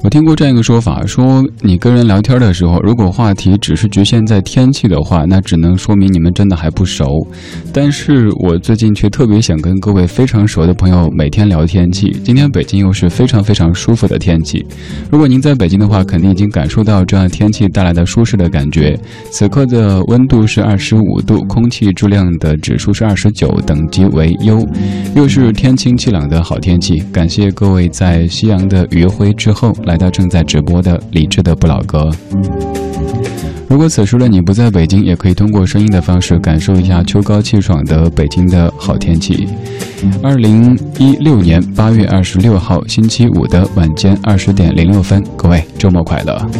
听过这样一个说法，说你跟人聊天的时候，如果话题只是局限在天气的话，那只能说明你们真的还不熟。但是我最近却特别想跟各位非常熟的朋友每天聊天气。今天北京又是非常非常舒服的天气，如果您在北京的话，肯定已经感受到这样天气带来的舒适的感觉。此刻的温度是25度，空气质量的指数是29，等级为优，又是天清气朗的好天气。感谢各位在夕阳的余晖之后来到正在直播的理智的不老歌。如果此时的你不在北京，也可以通过声音的方式感受一下秋高气爽的北京的好天气。2016年8月26号星期五的晚间20点06分，各位周末快乐。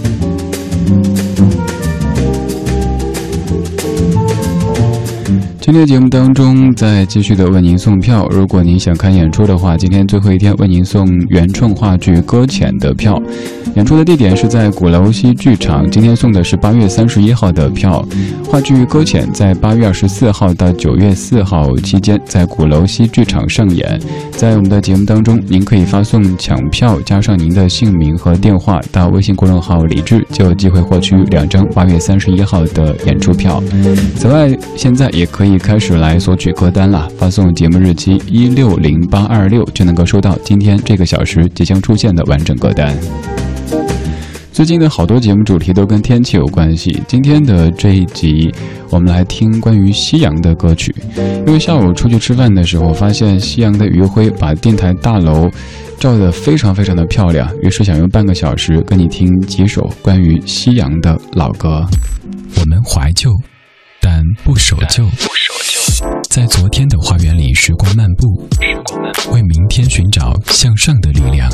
今天节目当中再继续的为您送票，如果您想看演出的话，今天最后一天为您送原创话剧《搁浅》的票。演出的地点是在鼓楼西剧场，今天送的是8月31号的票。话剧《搁浅》在8月24号到9月4号期间在鼓楼西剧场上演。在我们的节目当中，您可以发送抢票加上您的姓名和电话到微信公众号李志，就有机会获取2张8月31号的演出票。此外，现在也可以开始来索取歌单了，发送节目日期160826就能够收到今天这个小时即将出现的完整歌单。最近的好多节目主题都跟天气有关系，今天的这一集我们来听关于夕阳的歌曲。因为下午出去吃饭的时候，发现夕阳的余晖把电台大楼照得非常非常的漂亮，于是想用半个小时跟你听几首关于夕阳的老歌。 我们怀旧但不守旧，在昨天的花园里时光漫步，为明天寻找向上的力量。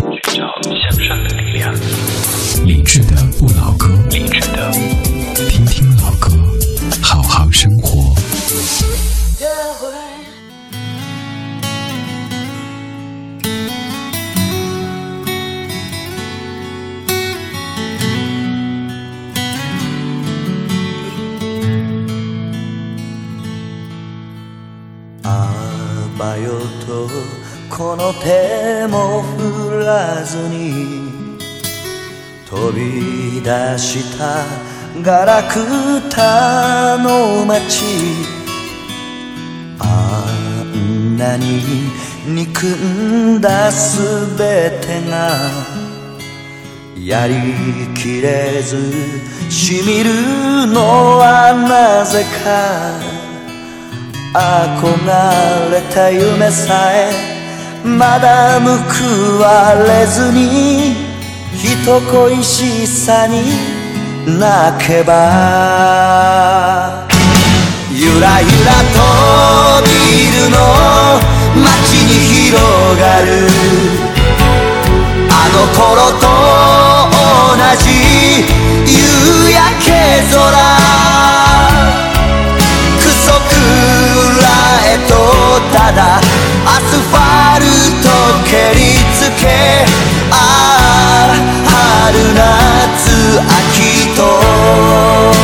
理智的不老歌，听听老歌，好好生活。 ばよとこの手も振らずに飛び出したガラクタの街、あんなに憎んだすべてがやりきれずしみるのはなぜか、憧れた夢さえまだ報われずに人恋しさに泣けば、ゆらゆらとビルの街に広がるあの頃と同じ夕焼け空、ただアスファルト蹴りつけ、ああ春夏秋と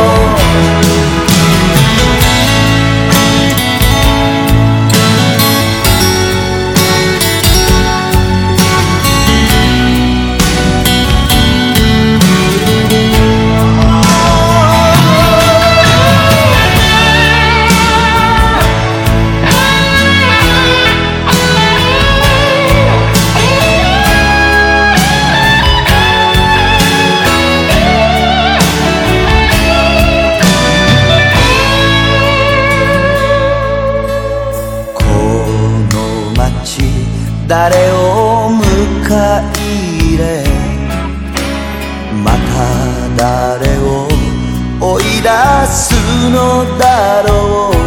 誰を迎え入れ、また誰を追い出すのだろう。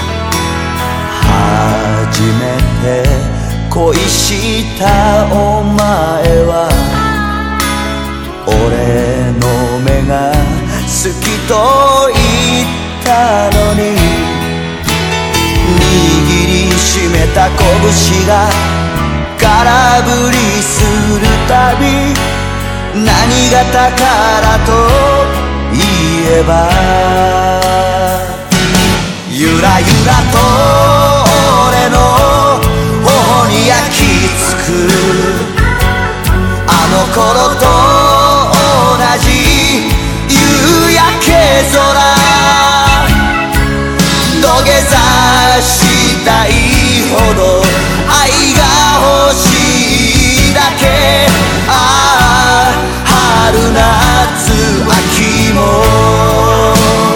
初めて恋したお前は俺の目が好きと言ったのに、握りしめた拳が空振りするたび、何が宝と言えば、ゆらゆらと俺の頬に焼き付くあのの頃と同じ夕焼け空土下座したいほど愛が欲しいだけああ春夏秋も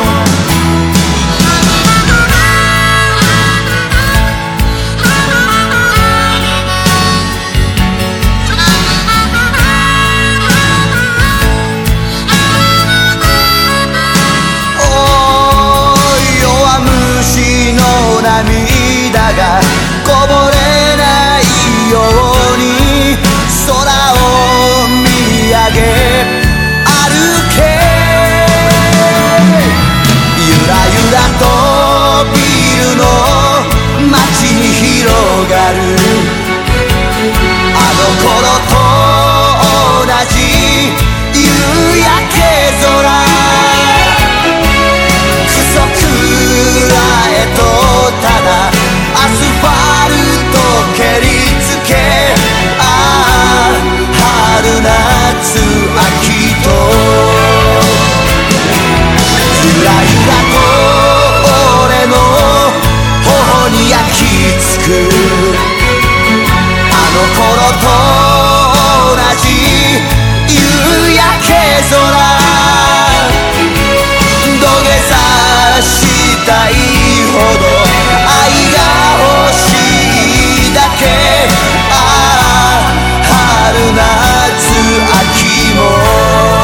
涙がこぼれないように空を見上げ歩けゆらゆらとビルの街に広がるあの頃と同じ夕焼け空くらえとただアスファルト蹴りつけああ春夏秋とゆらゆらと俺の頬に焼き付くあの頃と同じ夕焼け空土下座したいほど愛が欲しいだけああ春夏秋も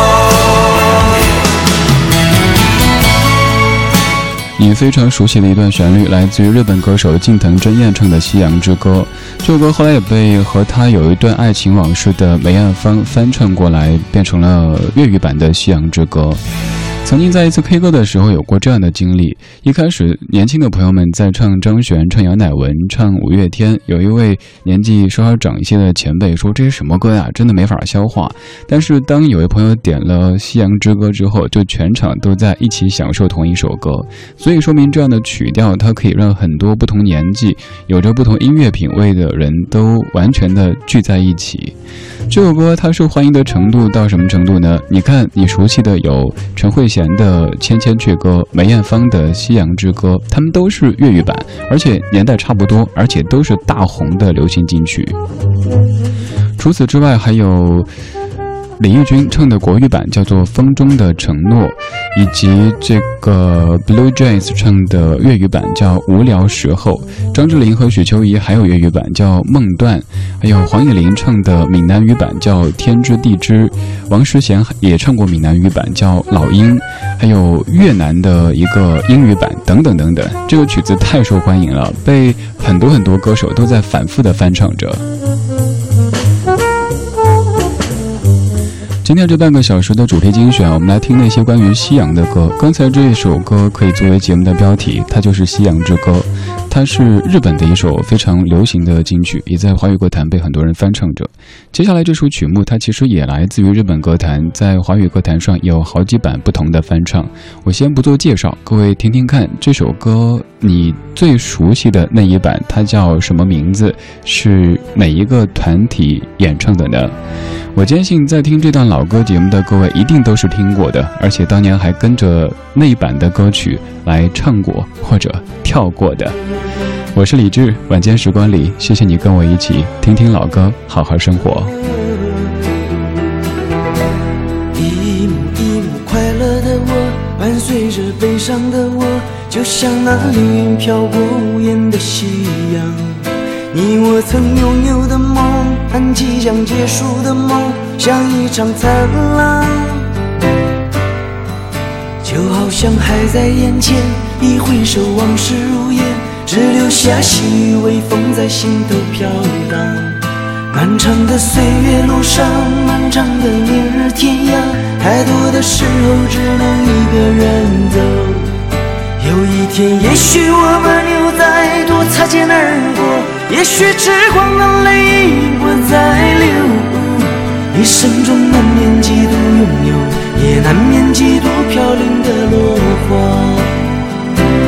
你非常熟悉的一段旋律来自于日本歌手近藤真彦唱的《夕阳之歌》，这首歌后来也被和他有一段爱情往事的梅艳芳翻唱过来，变成了粤语版的《夕阳之歌》。曾经在一次 K 歌的时候有过这样的经历，一开始年轻的朋友们在唱张悬、唱杨乃文、唱五月天，有一位年纪稍稍长一些的前辈说这是什么歌呀，真的没法消化。但是当有位朋友点了《夕阳之歌》之后，就全场都在一起享受同一首歌，所以说明这样的曲调它可以让很多不同年纪有着不同音乐品味的人都完全的聚在一起。这首歌它受欢迎的程度到什么程度呢？你看你熟悉的有陈慧娴的《千千阙歌》，梅艳芳的《夕阳之歌》，他们都是粤语版，而且年代差不多，而且都是大红的流行金曲。除此之外还有李翊君唱的国语版叫做《风中的承诺》，以及这个 Blue Jays 唱的粤语版叫《无聊时候》，张智霖和许秋怡还有粤语版叫《梦断》，还有黄乙玲唱的闽南语版叫《天知地知》，王诗贤也唱过闽南语版叫《老鹰》，还有越南的一个英语版等等等等。这个曲子太受欢迎了，被很多歌手都在反复的翻唱着。今天这半个小时的主题精选，我们来听那些关于夕阳的歌。刚才这一首歌可以作为节目的标题，它就是《夕阳之歌》，它是日本的一首非常流行的金曲，也在华语歌坛被很多人翻唱着。接下来这首曲目它其实也来自于日本歌坛，在华语歌坛上有好几版不同的翻唱。我先不做介绍，各位听听看这首歌你最熟悉的那一版它叫什么名字，是哪一个团体演唱的呢？我坚信在听这档老歌节目的各位一定都是听过的，而且当年还跟着那一版的歌曲来唱过或者跳过的。我是李志，晚间时光里，谢谢你跟我一起听听老歌，好好生活。 一幕一幕快乐的我，伴随着悲伤的我，就像那凌云飘过无言的夕阳。你我曾拥有的梦和即将结束的梦，像一场灿烂，就好像还在眼前，一回首往事如烟，只留下细雨微风在心头飘荡。漫长的岁月路上，漫长的明日天涯，太多的时候只能一个人走。有一天也许我们又再度擦肩而过，也许时光的泪已不再流，一生中难免几度拥有，也难免几度飘零的落花。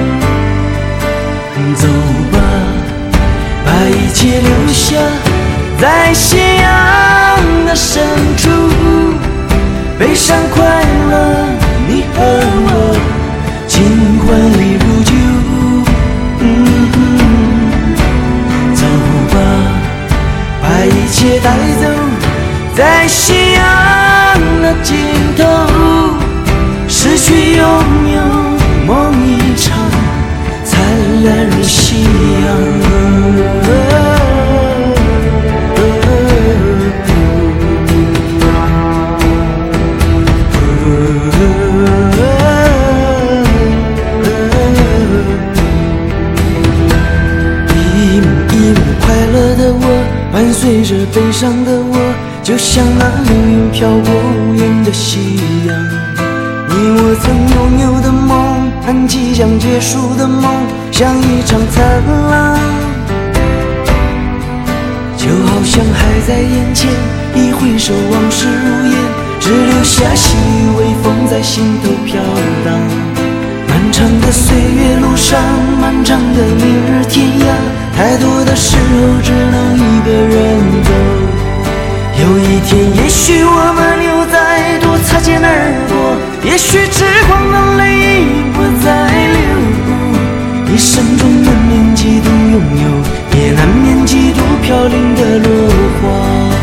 走吧，把一切留下， 在夕阳的深处，悲伤快乐你和我尽欢一如旧。走吧，把一切带走，在夕阳的尽头，失去拥有梦一场，灿烂如夕阳。伴随着悲伤的我，就像那流云飘过无垠的夕阳。你我曾拥有的梦和即将结束的梦，像一场灿烂，就好像还在眼前，一回首往事如烟，只留下细雨微风在心头飘荡。漫长的岁月路上，漫长的明日天涯，太多的时候只能一个人走。有一天也许我们又再度擦肩而过，也许痴狂的泪已不再流，一生中难免几度拥有，也难免几度飘零的落花。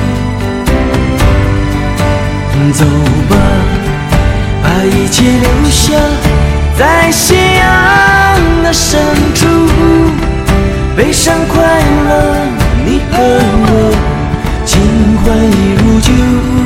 走吧，把一切留下，在夕阳的深处，悲伤快乐你和我尽欢一如旧。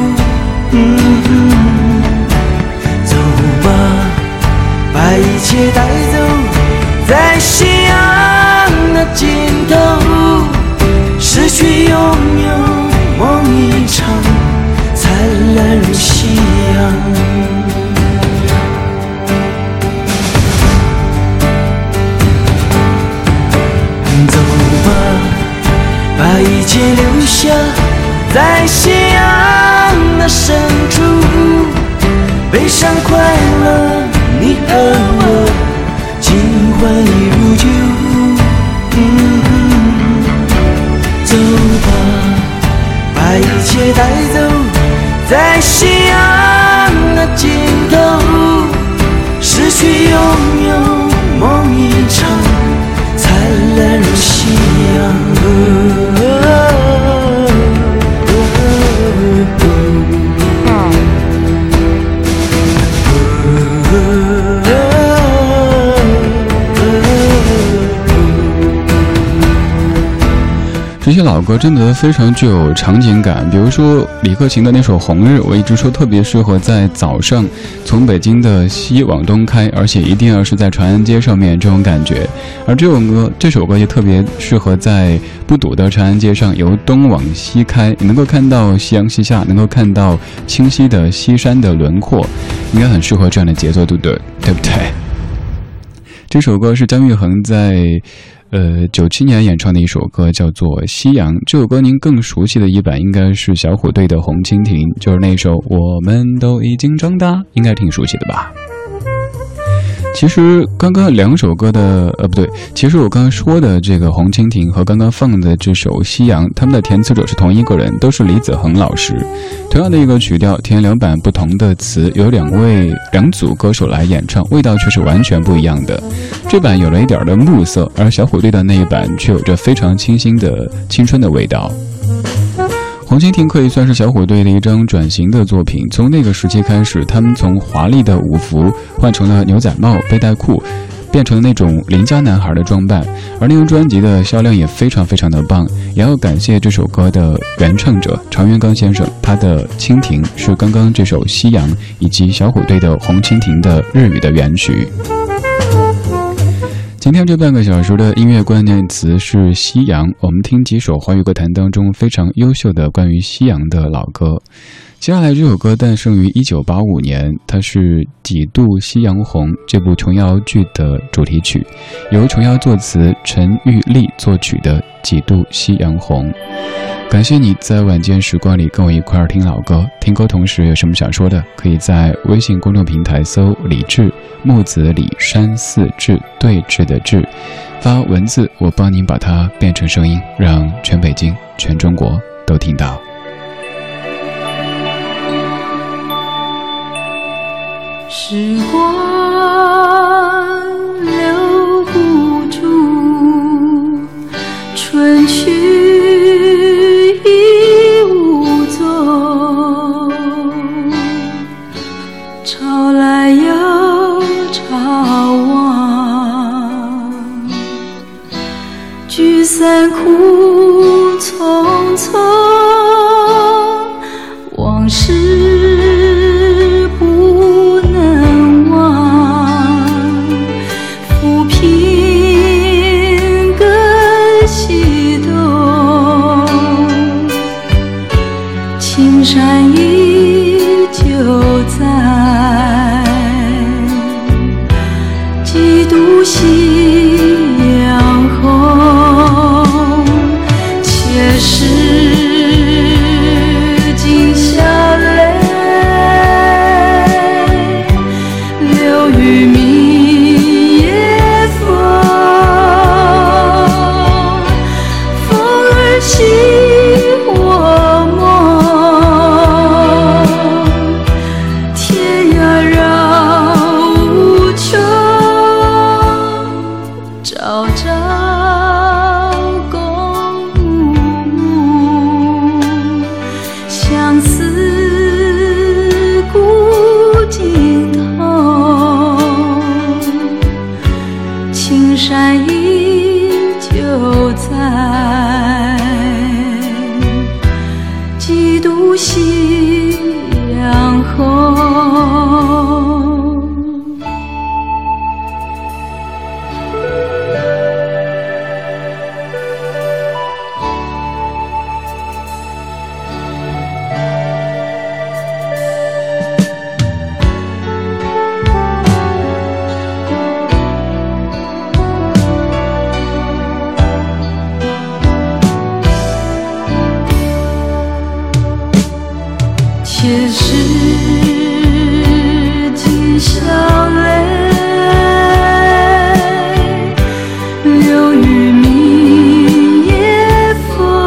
走吧，把一切带走，在夕阳的尽头，失去拥有梦一场，灿烂如夕阳。走吧，把一切留下，在夕阳的深处，悲伤快乐你和我尽欢一如旧。走吧，把一切带走，在夕阳的尽头，失去拥有梦一场，灿烂如夕阳。 这些老歌真的非常具有场景感，比如说李克勤的那首《红日》，我一直说特别适合在早上从北京的西往东开，而且一定要是在长安街上面这种感觉。而这首歌也特别适合在不堵的长安街上由东往西开，你能够看到夕阳西下，能够看到清晰的西山的轮廓，应该很适合这样的节奏，对不对？这首歌是张玉衡在97年演唱的一首歌，叫做《夕阳》。这首歌您更熟悉的一版应该是小虎队的《红蜻蜓》，就是那首我们都已经长大，应该挺熟悉的吧。其实刚刚两首歌的不对，其实我刚刚说的这个《红蜻蜓》和刚刚放的这首《夕阳》，他们的填词者是同一个人，都是李子恒老师。同样的一个曲调，填两版不同的词，有两组歌手来演唱，味道却是完全不一样的。这版有了一点的暮色，而小虎队的那一版却有着非常清新的青春的味道。红蜻蜓可以算是小虎队的一张转型的作品，从那个时期开始，他们从华丽的舞服换成了牛仔帽、背带裤，变成了那种邻家男孩的装扮，而那张专辑的销量也非常非常的棒。也要感谢这首歌的原唱者常元刚先生，他的蜻蜓是刚刚这首《夕阳》以及小虎队的《红蜻蜓》的日语的原曲。今天这半个小时的音乐关键词是夕阳，我们听几首华语歌坛当中非常优秀的关于夕阳的老歌。接下来这首歌诞生于1985年，它是《几度夕阳红》这部琼瑶剧的主题曲，由琼瑶作词，陈玉丽作曲的《几度夕阳红》。感谢你在晚间时光里跟我一块儿听老歌，听歌同时有什么想说的，可以在微信公众平台搜李志，木子李山寺志，对峙的志，发文字，我帮您把它变成声音，让全北京全中国都听到。 时光留不住，春去已无踪，潮来又潮往，聚散苦匆匆，往事不能忘，浮萍更西东，青山依旧在，几度夕阳红，且是今宵泪流于明夜风，风儿起我梦，天涯绕无穷，朝朝共暮，相思古今头，青山依旧在，几度夕阳红。且是今宵泪流于明夜风，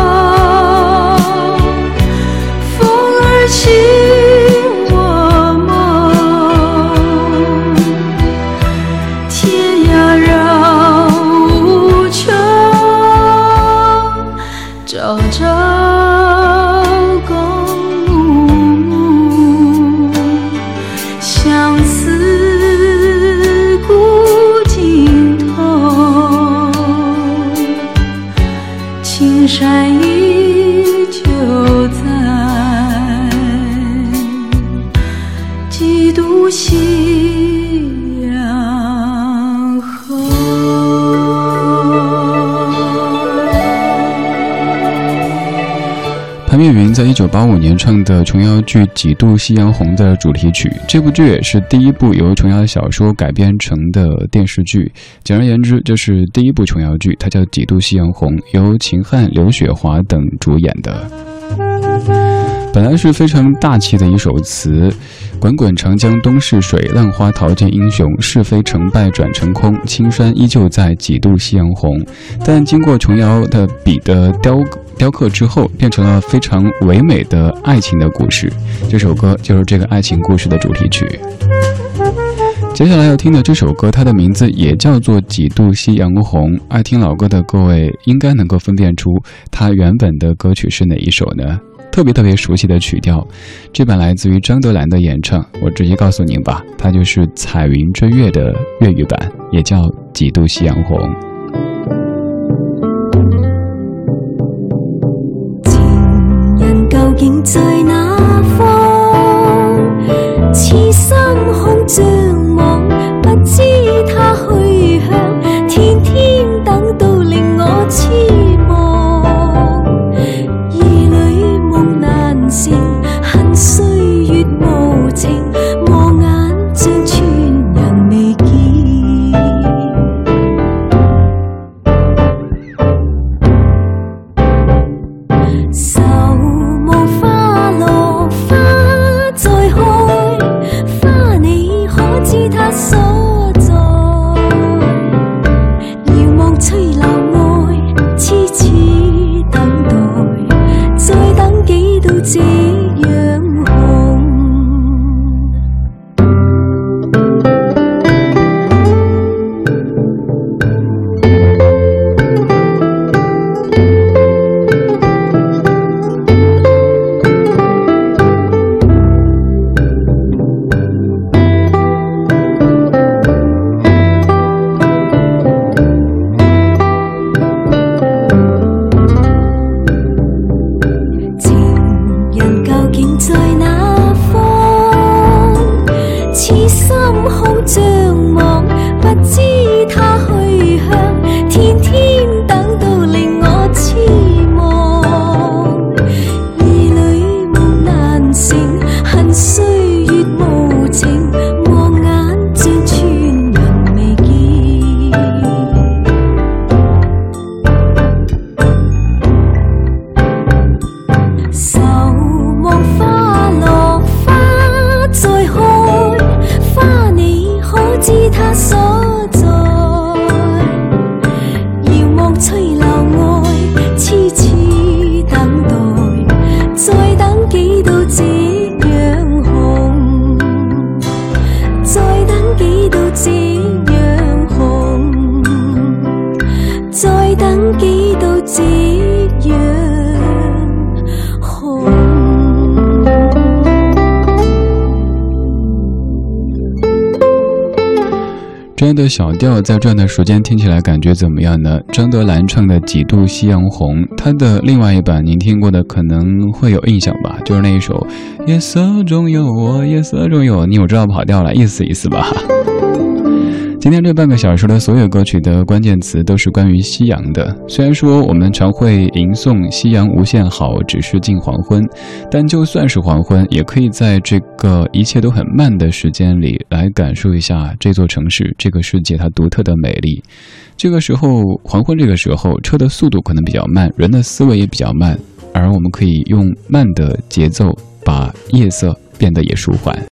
风儿起我梦，天涯绕无穷，朝朝共相思古今头，青山依旧在，几度夕阳红。 潘越云在1985年唱的琼瑶剧《几度夕阳红》的主题曲，这部剧也是第一部由琼瑶小说改编成的电视剧。简而言之，这是第一部琼瑶剧，它叫《几度夕阳红》，由秦汉、刘雪华等主演的。本来是非常大气的一首词，滚滚长江东逝水，浪花淘尽英雄，是非成败转成空，青山依旧在，几度夕阳红。但经过琼瑶的笔的雕刻之后，变成了非常唯美的爱情的故事。这首歌就是这个爱情故事的主题曲。接下来要听的这首歌，它的名字也叫做《几度夕阳红》。爱听老歌的各位应该能够分辨出它原本的歌曲是哪一首呢？特别熟悉的曲调，这版来自于张德兰的演唱，我直接告诉您吧，它就是《彩云追月》的粤语版，也叫《几度夕阳红》。 情人究竟在哪方？痴心空張望，不知他去向，天天等到令我痴望。夜裏夢難成，恨歲月無情，磨眼像全人未見。愁無花落。 在那方，痴心空像网，不知它去向，天天等到令我痴望。夜里梦难成，恨歲月無情，望眼像全人未見。愁望花落花再開，花你可知它所在？遙望吹流愛，痴痴等待，再等幾度夕陽紅，再等幾度夕陽紅，再等幾度夕陽紅。 这样的小调在这样的时间听起来感觉怎么样呢？张德兰唱的《几度夕阳红》，他的另外一版您听过的可能会有印象吧，就是那一首夜色中有我，夜色中有你，我知道跑调了，意思意思吧。今天这半个小时的所有歌曲的关键词都是关于夕阳的。虽然说我们常会吟诵夕阳无限好，只是近黄昏，但就算是黄昏，也可以在这个一切都很慢的时间里来感受一下这座城市，这个世界它独特的美丽。这个时候，黄昏这个时候，车的速度可能比较慢，人的思维也比较慢，而我们可以用慢的节奏把夜色变得也舒缓。